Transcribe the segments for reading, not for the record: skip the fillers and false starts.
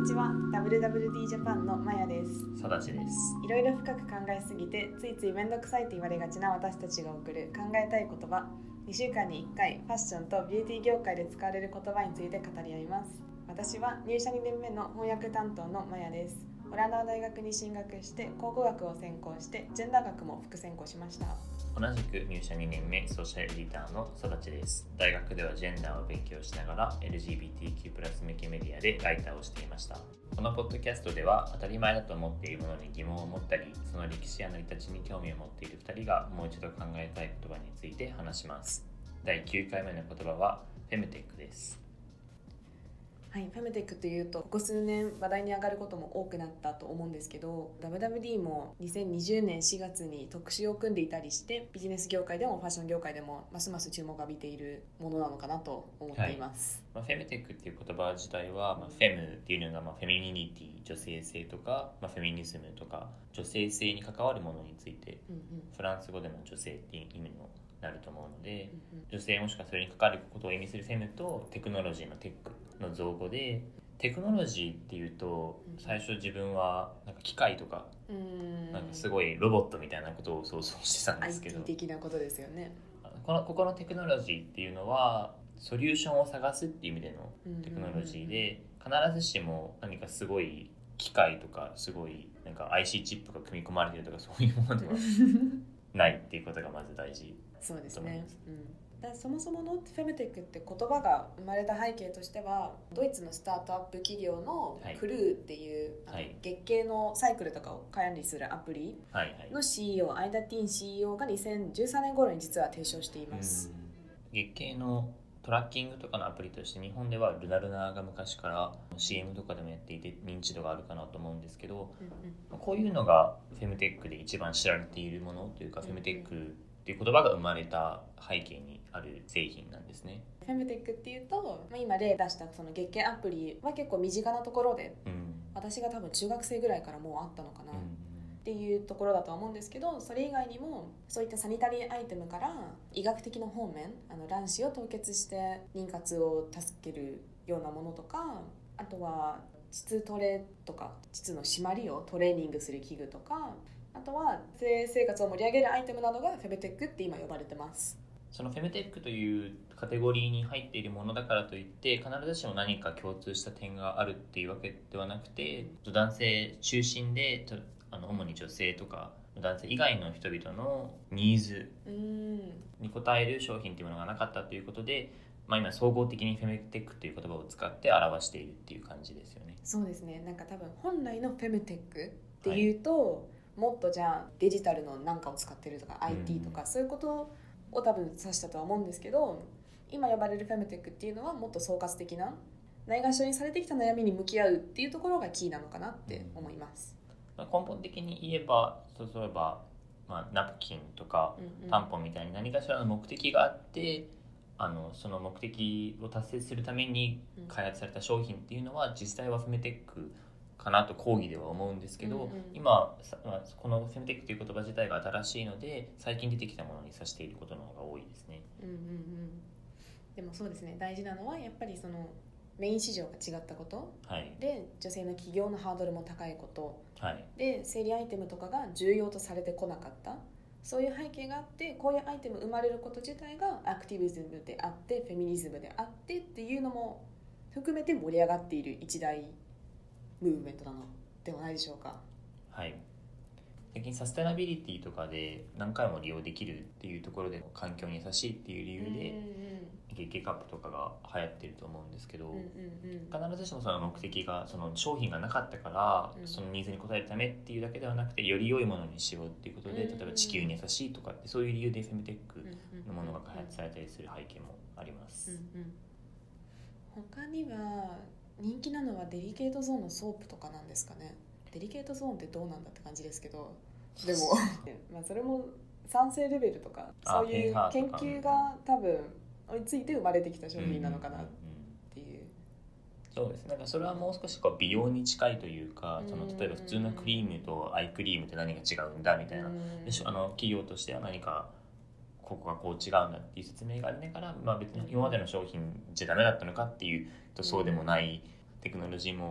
ちは。 WWD ジャパンのまやです。 さだちです。 いろいろ深く考えすぎてついついめんどくさいと言われがちな私たちが送る考えたい言葉。2週間に1回ファッションとビューティー業界で使われる言葉について語り合います。私は入社2年目の翻訳担当のまやです。オランダの大学に進学して考古学を専攻してジェンダー学も副専攻しました。 同じく入社2年目ソーシャルエディターのさだちです。大学ではジェンダーを勉強しながら LGBTQ+ 向けメディアでライターをしていました。このポッドキャストでは当たり前だと思っているものに疑問を持ったり、その歴史や成り立ちに興味を持っている2人がもう一度考えたい言葉について話します。第9回目の言葉はフェムテックです。 はい、フェムテックというとここ数年話題に上がることも多くなったと思うんですけど、 WWD も2020年4月に特集を組んでいたりして、ビジネス業界でもファッション業界でもますます注目を浴びているものなのかなと思っています。 フェムテックっていう言葉自体は、フェムっていうのがフェミニティ、女性性とか、フェミニズムとか女性性に関わるものについて、フランス語でも女性っていう意味のなると思うので、女性もしくはそれに関わることを意味するフェムとテクノロジーのテックの造語で、テクノロジーっていうと最初自分はなんか機械とか、なんかすごいロボットみたいなことを想像してたんですけど、 IT 的なことですよね。 ここのテクノロジーっていうのはソリューションを探すっていう意味でのテクノロジーで、必ずしも何かすごい機械とかすごいなんか IC チップが組み込まれてるとかそういうものではないっていうことがまず大事。 そうですね、そもそものフェムテックって言葉が生まれた背景としては、ドイツのスタートアップ企業のクルーっていう、月経のサイクルとかを管理するアプリの CEO、アイダ・ティーン CEO が2013年頃に実は提唱しています。 月経のトラッキングとかのアプリとして日本ではルナルナが昔から CM とかでもやっていて認知度があるかなと思うんですけど、こういうのがフェムテックで一番知られているものというか、フェムテックっていう言葉が生まれた背景にある製品なんですね。 フェムテックっていうと、今例出したその月経アプリは結構身近なところで、私が多分中学生ぐらいからもうあったのかな、っていうところだとは思うんですけど、それ以外にもそういったサニタリーアイテムから医学的な方面、卵子を凍結して妊活を助けるようなものとか、あとは膣トレとか膣の締まりをトレーニングする器具とか、あとは性生活を盛り上げるアイテムなどがフェムテックって今呼ばれてます。 そのフェムテックというカテゴリーに入っているものだからといって必ずしも何か共通した点があるっていうわけではなくて、男性中心で主に女性とか男性以外の人々のニーズに応える商品というものがなかったということで、今総合的にフェムテックという言葉を使って表しているっていう感じですよね。 そうですね。なんか多分本来のフェムテックっていうと、もっとじゃあデジタルのなんかを使ってるとか IT とかそういうことを多分指したとは思うんですけど、今呼ばれるフェムテックっていうのはもっと総括的なないがしろにされてきた悩みに向き合うっていうところがキーなのかなって思います。 根本的に言えば、例えば、ナプキンとかタンポンみたいに何かしらの目的があって、その目的を達成するために開発された商品っていうのは実際はフェムテックかなと講義では思うんですけど、今このフェムテックという言葉自体が新しいので最近出てきたものに指していることの方が多いですね。 でもそうですね、大事なのはやっぱりそのメイン市場が違ったこと、で女性の起業のハードルも高いこと、で生理アイテムとかが重要とされてこなかった、そういう背景があって、こういうアイテム生まれること自体がアクティビズムであってフェミニズムであってっていうのも含めて盛り上がっている一大ムーブメントなのではないでしょうか。 最近サステナビリティとかで何回も利用できるっていうところで環境に優しいっていう理由で月経カップとかが流行ってると思うんですけど、必ずしもその目的がその商品がなかったからそのニーズに応えるためっていうだけではなくて、より良いものにしようっていうことで、例えば地球に優しいとかってそういう理由でフェムテックのものが開発されたりする背景もあります。 他には人気なのはデリケートゾーンのソープとかなんですかね。デリケートゾーンってどうなんだって感じですけど、でもそれも酸性レベルとかそういう研究が多分追いついて生まれてきた商品なのかなっていう。 そうですね。なんかそれはもう少し美容に近いというか、例えば普通のクリームとアイクリームって何が違うんだみたいな、企業としては何かここがこう違うんだっていう説明がありながら、別に今までの商品じゃダメだったのかっていうとそうでもないテクノロジーも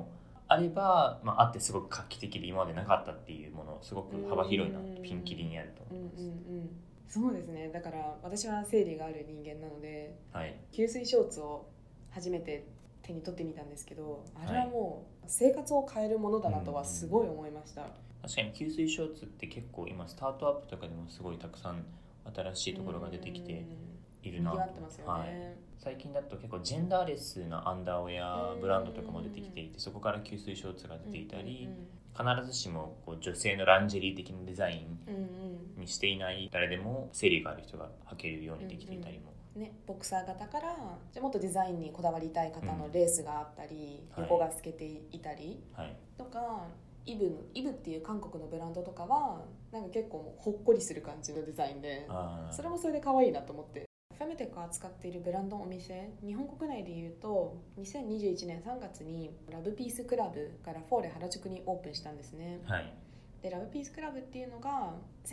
あれば、あってすごく画期的で今までなかったっていうものすごく幅広いなとピンキリにあると思います。 そうですね。だから私は生理がある人間なので、 はい、 吸水ショーツを初めて手に取ってみたんですけど、あれはもう生活を変えるものだなとはすごい思いました。 確かに吸水ショーツって結構今スタートアップとかでもすごいたくさん新しいところが出てきているなと。 賑わってますよね。はい、 最近だと結構ジェンダーレスなアンダーウェアブランドとかも出てきていて、そこから吸水ショーツが出ていたり、必ずしもこう女性のランジェリー的なデザインにしていない誰でも生理がある人が履けるようにできていたりも、 ね、ボクサー型からじゃもっとデザインにこだわりたい方のレースがあったり、横が透けていたり、とかイブっていう韓国のブランドとかはなんか結構もうほっこりする感じのデザインで、それもそれで可愛いなと思って。フェムテックを扱っているブランドのお店、日本国内でいうと2021年3月にラブピースクラブがラフォーレ原宿にオープンしたんですね。でラブピースクラブっていうのが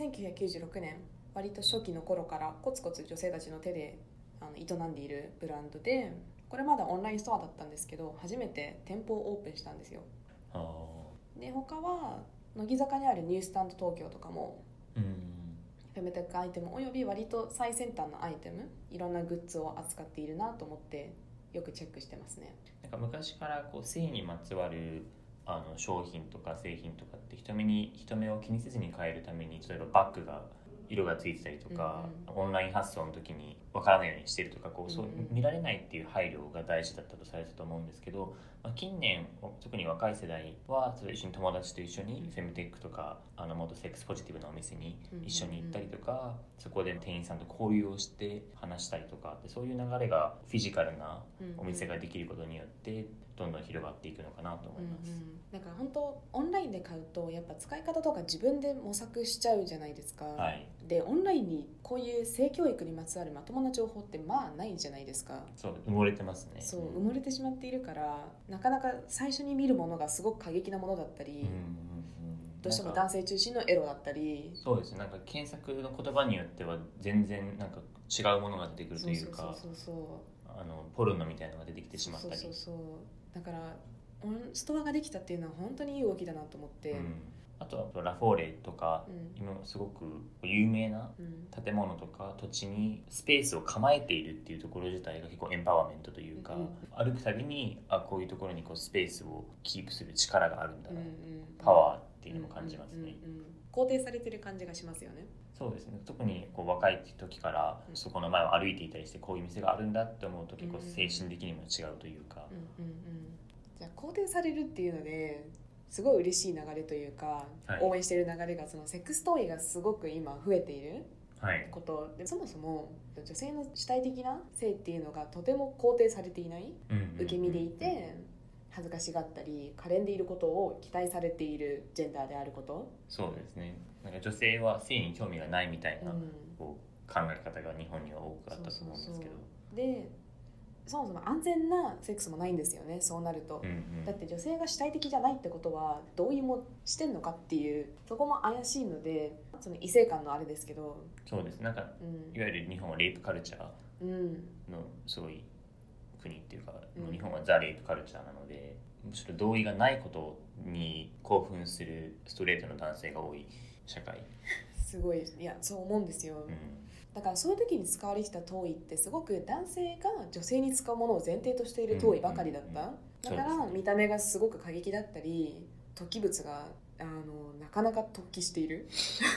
1996年割と初期の頃からコツコツ女性たちの手で営んでいるブランドで、これまだオンラインストアだったんですけど初めて店舗をオープンしたんですよ。で他は乃木坂にあるニュースタンド東京とかも、フェムテックアイテムおよび割と最先端のアイテム、いろんなグッズを扱っているなと思ってよくチェックしてますね。 なんか昔からこう性にまつわる商品とか製品とかって人目を気にせずに買えるために、例えばバッグが色がついてたりとか、オンライン発送の時に分からないようにしてるとか、そう見られないっていう配慮が大事だったとされてたと思うんですけど、近年特に若い世代は一緒に友達と一緒にフェムテックとかもっとセックスポジティブなお店に一緒に行ったりとか、そこで店員さんと交流をして話したりとか、そういう流れがフィジカルなお店ができることによってどんどん広がっていくのかなと思います。 なんか本当オンラインで買うとやっぱ使い方とか自分で模索しちゃうじゃないですか。でオンラインにこういう性教育にまつわるまともな情報ってないじゃないですか。 そう埋もれてますね。 そう埋もれてしまっているから、なかなか最初に見るものがすごく過激なものだったり、どうしても男性中心のエロだったり、 そうですね、なんか検索の言葉によっては全然なんか違うものが出てくるというか、ポルノみたいなのが出てきてしまったり、 だからストアができたっていうのは本当にいい動きだなと思って、 あとはラフォーレとか、今すごく有名な建物とか土地にスペースを構えているっていうところ自体が結構エンパワーメントというか、歩くたびにこういうところにスペースをキープする力があるんだな、パワーっていうのも感じますね。 肯定されてる感じがしますよね。 そうですね、特に若い時からそこの前を歩いていたりして、こういう店があるんだって思うと結構精神的にも違うというか、 じゃあ肯定されるっていうのですごい嬉しい流れというか、応援している流れがそのセックストーイがすごく今増えていることで、そもそも女性の主体的な性っていうのがとても肯定されていない、受け身でいて恥ずかしがったり可憐でいることを期待されているジェンダーであること。 そうですね、なんか女性は性に興味がないみたいな、考え方が日本には多くあったと思うんですけど、 でそもそも安全なセックスもないんですよね、そうなると、だって女性が主体的じゃないってことは同意もしてんのかっていう、そこも怪しいので、その異性感のあれですけど、 そうです、なんか、いわゆる日本はレイプカルチャーのすごい国っていうか、日本はザ・レイプカルチャーなので、むしろ同意がないことに興奮するストレートの男性が多い社会。 すごい、いやそう思うんですよ、だからそういう時に使われてた行為ってすごく男性が女性に使うものを前提としている行為ばかりだった、だから見た目がすごく過激だったり、突起物がなかなか突起している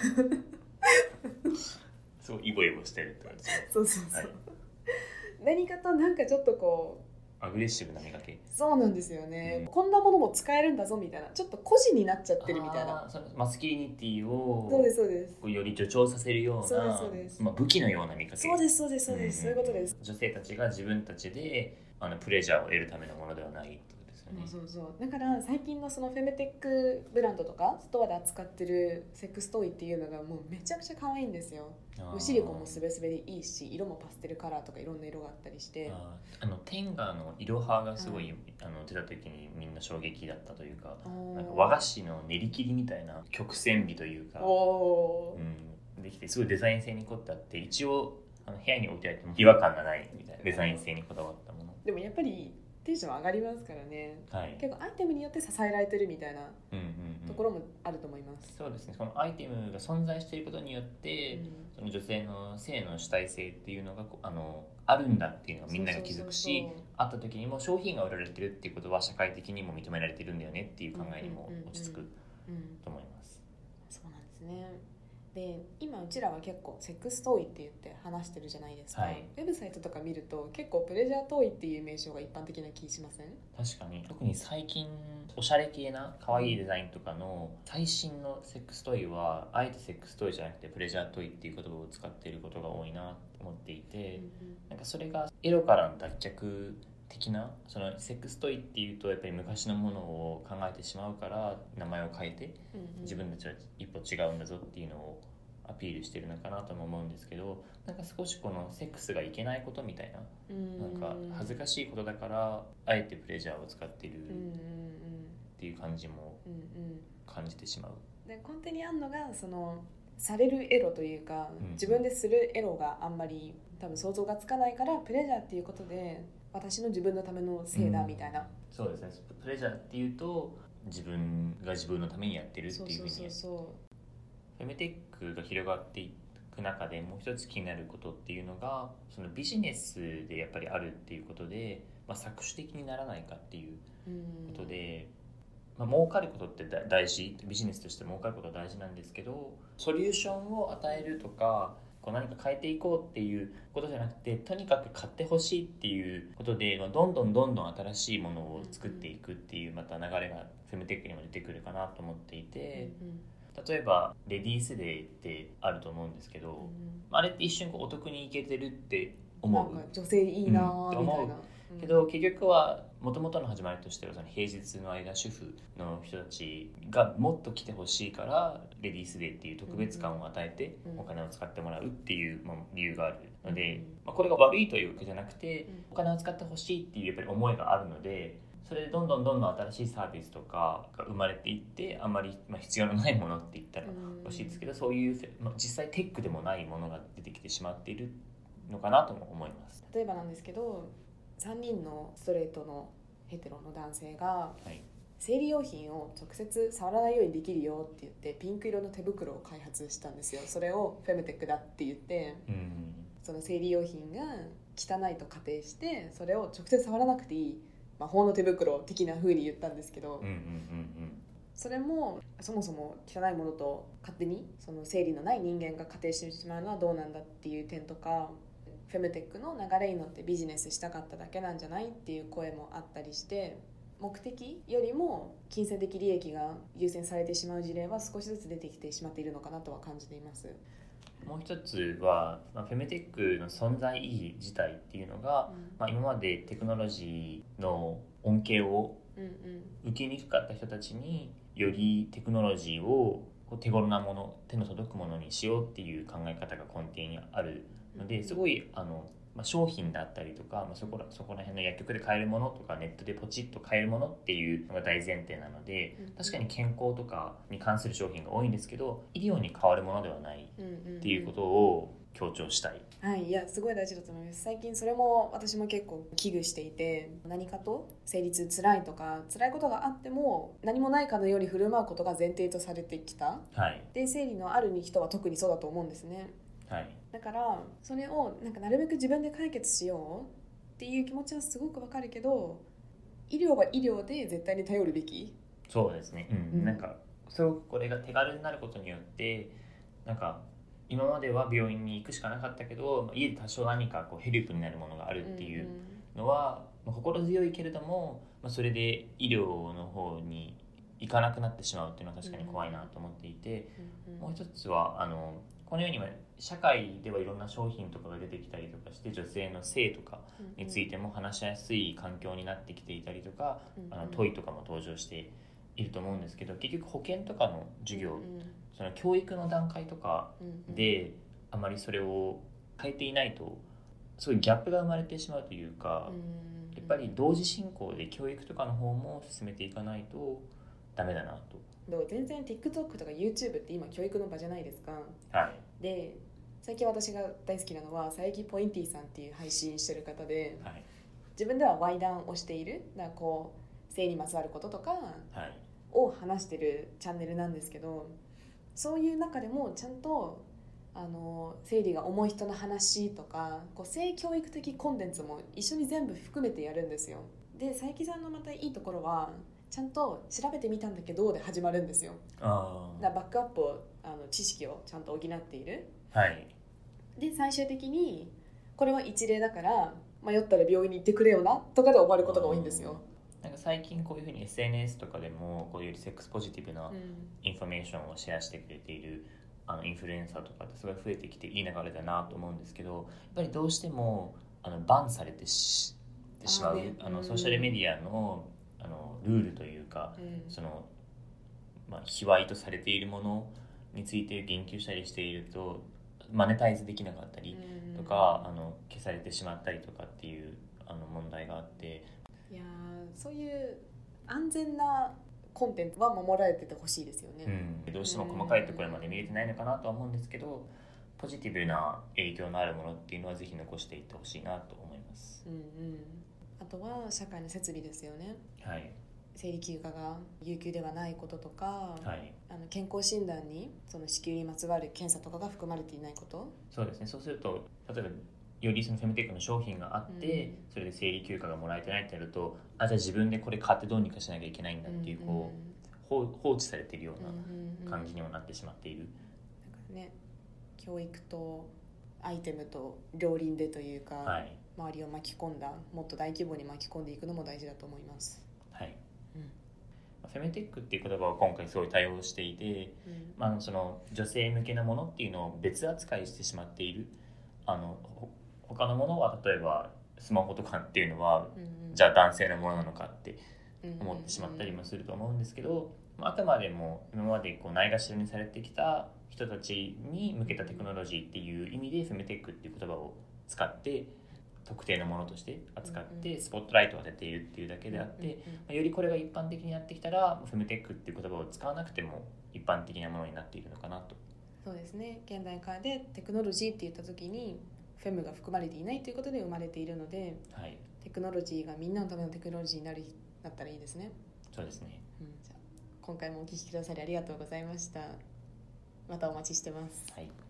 そうイボイボしてるって感じですね。 そう、何かとなんかちょっとアグレッシブな磨き。 そうなんですよね、こんなものも使えるんだぞみたいな、ちょっと個人になっちゃってるみたいな、 そのマスキリニティをそうですより助長させるような、武器のような見かけ。 そうですそういうことです。 女性たちが自分たちでプレジャーを得るためのものではないってことですよね。 そうだから最近のそのフェムテックブランドとかストアで扱ってるセックストーイっていうのがもうめちゃくちゃ可愛いんですよ。シリコンもすべすべでいいし、色もパステルカラーとかいろんな色があったりして、 テンガーのイロハがすごい、出た時にみんな衝撃だったというか、なんか和菓子の練り切りみたいな曲線美というか、できてすごいデザイン性に凝ってあって、一応部屋に置いてあっても違和感がないみたいなデザイン性にこだわったもの。 でもやっぱりテンション上がりますからね、 はい、 結構アイテムによって支えられてるみたいなところもあると思います、 そうですね。そのアイテムが存在していることによって、その女性の性の主体性っていうのがあるんだっていうのがみんなが気づくし、会った時にも商品が売られてるっていうことは社会的にも認められてるんだよねっていう考えにも落ち着くと思います。 そうなんですね。で今うちらは結構セックストーイって言って話してるじゃないですか、はい、ウェブサイトとか見ると結構プレジャートーイっていう名称が一般的な気しません？ 確かに。特に最近おしゃれ系な可愛いデザインとかの最新のセックストイはあえてセックストイじゃなくてプレジャートイっていう言葉を使っていることが多いなと思っていて、なんかそれがエロからの脱却的な、そのセックストイっていうとやっぱり昔のものを考えてしまうから名前を変えて自分たちは一歩違うんだぞっていうのをアピールしてるのかなとも思うんですけど、なんか少しこのセックスがいけないことみたいな、なんか恥ずかしいことだからあえてプレジャーを使ってるっていう感じも感じてしまう。 で根底にあるのがそのされるエロというか、自分でするエロがあんまり多分想像がつかないからプレジャーっていうことで私の自分のための性だみたいな、 そうですね。プレジャーっていうと自分が自分のためにやってるっていうふうに、フェムテックが広がっていく中でもう一つ気になることっていうのが、そのビジネスでやっぱりあるっていうことで、搾取的にならないかっていうことで、儲かることって大事、ビジネスとして儲かることは大事なんですけど、ソリューションを与えるとかこう何か変えていこうっていうことじゃなくて、とにかく買ってほしいっていうことで、どんどん新しいものを作っていくっていうまた流れがフェムテックにも出てくるかなと思っていて、例えばレディースデーってあると思うんですけど、あれって一瞬お得にいけてるって思う、 なんか女性いいなみたいな、 けど結局は元々の始まりとしてはその平日の間主婦の人たちがもっと来てほしいからレディースデーっていう特別感を与えてお金を使ってもらうっていう理由があるので、これが悪いというわけじゃなくて、お金を使ってほしいっていうやっぱり思いがあるので、それでどんどん新しいサービスとかが生まれていって、あんまり必要のないものって言ったら欲しいですけど、そういう実際テックでもないものが出てきてしまっているのかなとも思います。 例えばなんですけど、3人のストレートのヘテロの男性が、生理用品を直接触らないようにできるよって言ってピンク色の手袋を開発したんですよ。それをフェムテックだって言って、その生理用品が汚いと仮定してそれを直接触らなくていい魔法の手袋的な風に言ったんですけど、それもそもそも汚いものと勝手にその生理のない人間が仮定してしまうのはどうなんだっていう点とか、フェムテックの流れに乗ってビジネスしたかっただけなんじゃないっていう声もあったりして、目的よりも金銭的利益が優先されてしまう事例は少しずつ出てきてしまっているのかなとは感じています。 もう一つは、フェムテックの存在意義自体っていうのが、今までテクノロジーの恩恵を受けにくかった人たちによりテクノロジーを手頃なもの、手の届くものにしようっていう考え方が根底にあるので、すごい商品だったりとか、そこら辺の薬局で買えるものとかネットでポチッと買えるものっていうのが大前提なので、確かに健康とかに関する商品が多いんですけど、医療に変わるものではないっていうことを強調したい。 はい、いやすごい大事だと思います。最近それも私も結構危惧していて、何かと生理痛辛いとか辛いことがあっても何もないかのように振る舞うことが前提とされてきた、で生理のある人は特にそうだと思うんですね。だからそれをなるべく自分で解決しようっていう気持ちはすごくわかるけど、医療は医療で絶対に頼るべき。 そうですね、すごくこれが手軽になることによって、今までは病院に行くしかなかったけど、家で多少何かヘルプになるものがあるっていうのは、心強いけれども、それで医療の方に行かなくなってしまうっていうのは確かに怖いなと思っていて、もう一つはこのように社会ではいろんな商品とかが出てきたりとかして、女性の性とかについても話しやすい環境になってきていたりとか、トイとかも登場していると思うんですけど、結局保険とかの授業、その教育の段階とかであまりそれを変えていないと、すごいギャップが生まれてしまうというか、やっぱり同時進行で教育とかの方も進めていかないとダメだなと。 全然 TikTok とか YouTube って今教育の場じゃないですか。で最近私が大好きなのは佐伯ポインティさんっていう配信してる方で、 自分ではワイダンをしている、だからこう性にまつわることとかはいを話してるチャンネルなんですけど、そういう中でもちゃんと生理が重い人の話とかこう性教育的コンテンツも一緒に全部含めてやるんですよ。で佐伯さんのまたいいところはちゃんと調べてみたんだけどで始まるんですよ。だバックアップを知識をちゃんと補っている。 はいで最終的にこれは一例だから迷ったら病院に行ってくれよなとかで終わることが多いんですよ。 なんか最近こういうふうに SNS とかでもこういうセックスポジティブなインフォメーションをシェアしてくれているインフルエンサーとかってすごい増えてきていい流れだなと思うんですけど、やっぱりどうしてもバンされてしまう、 ね、 ソーシャルメディアのルールというか、その卑猥とされているものについて言及したりしているとマネタイズできなかったりとか、消されてしまったりとかっていう問題があって、 いやそういう安全なコンテンツは守られててほしいですよね、 どうしても細かいところまで見れてないのかなとは思うんですけど、ポジティブな影響のあるものっていうのはぜひ残していってほしいなと思います。 あとは社会の設備ですよね。 はい生理休暇が有給ではないこととか、 はい、 健康診断にその子宮にまつわる検査とかが含まれていないこと。 そうですね。そうすると例えばよりそのフェムテックの商品があって、それで生理休暇がもらえてないってなると、じゃあ自分でこれ買ってどうにかしなきゃいけないんだっていう、こう放置されているような感じにもなってしまっている。 だからね、教育とアイテムと両輪でというか、 はい、 周りを巻き込んだ、もっと大規模に巻き込んでいくのも大事だと思います。 はい。フェムテックっていう言葉は今回すごい対応していて、その女性向けのものっていうのを別扱いしてしまっている。他のものは例えばスマホとかっていうのは、じゃあ男性のものなのかって思ってしまったりもすると思うんですけど、あくまでも今までこうないがしろにされてきた人たちに向けたテクノロジーっていう意味でフェムテックっていう言葉を使って特定のものとして扱ってスポットライトを当てているっていうだけであって、よりこれが一般的になってきたらフェムテックっていう言葉を使わなくても一般的なものになっているのかなと。 そうですね。現代化でテクノロジーって言った時にフェムが含まれていないということで生まれているので、テクノロジーがみんなのためのテクノロジーになったらいいですね。 そうですね、 じゃあ今回もお聞きくださりありがとうございました。またお待ちしてます。 はい。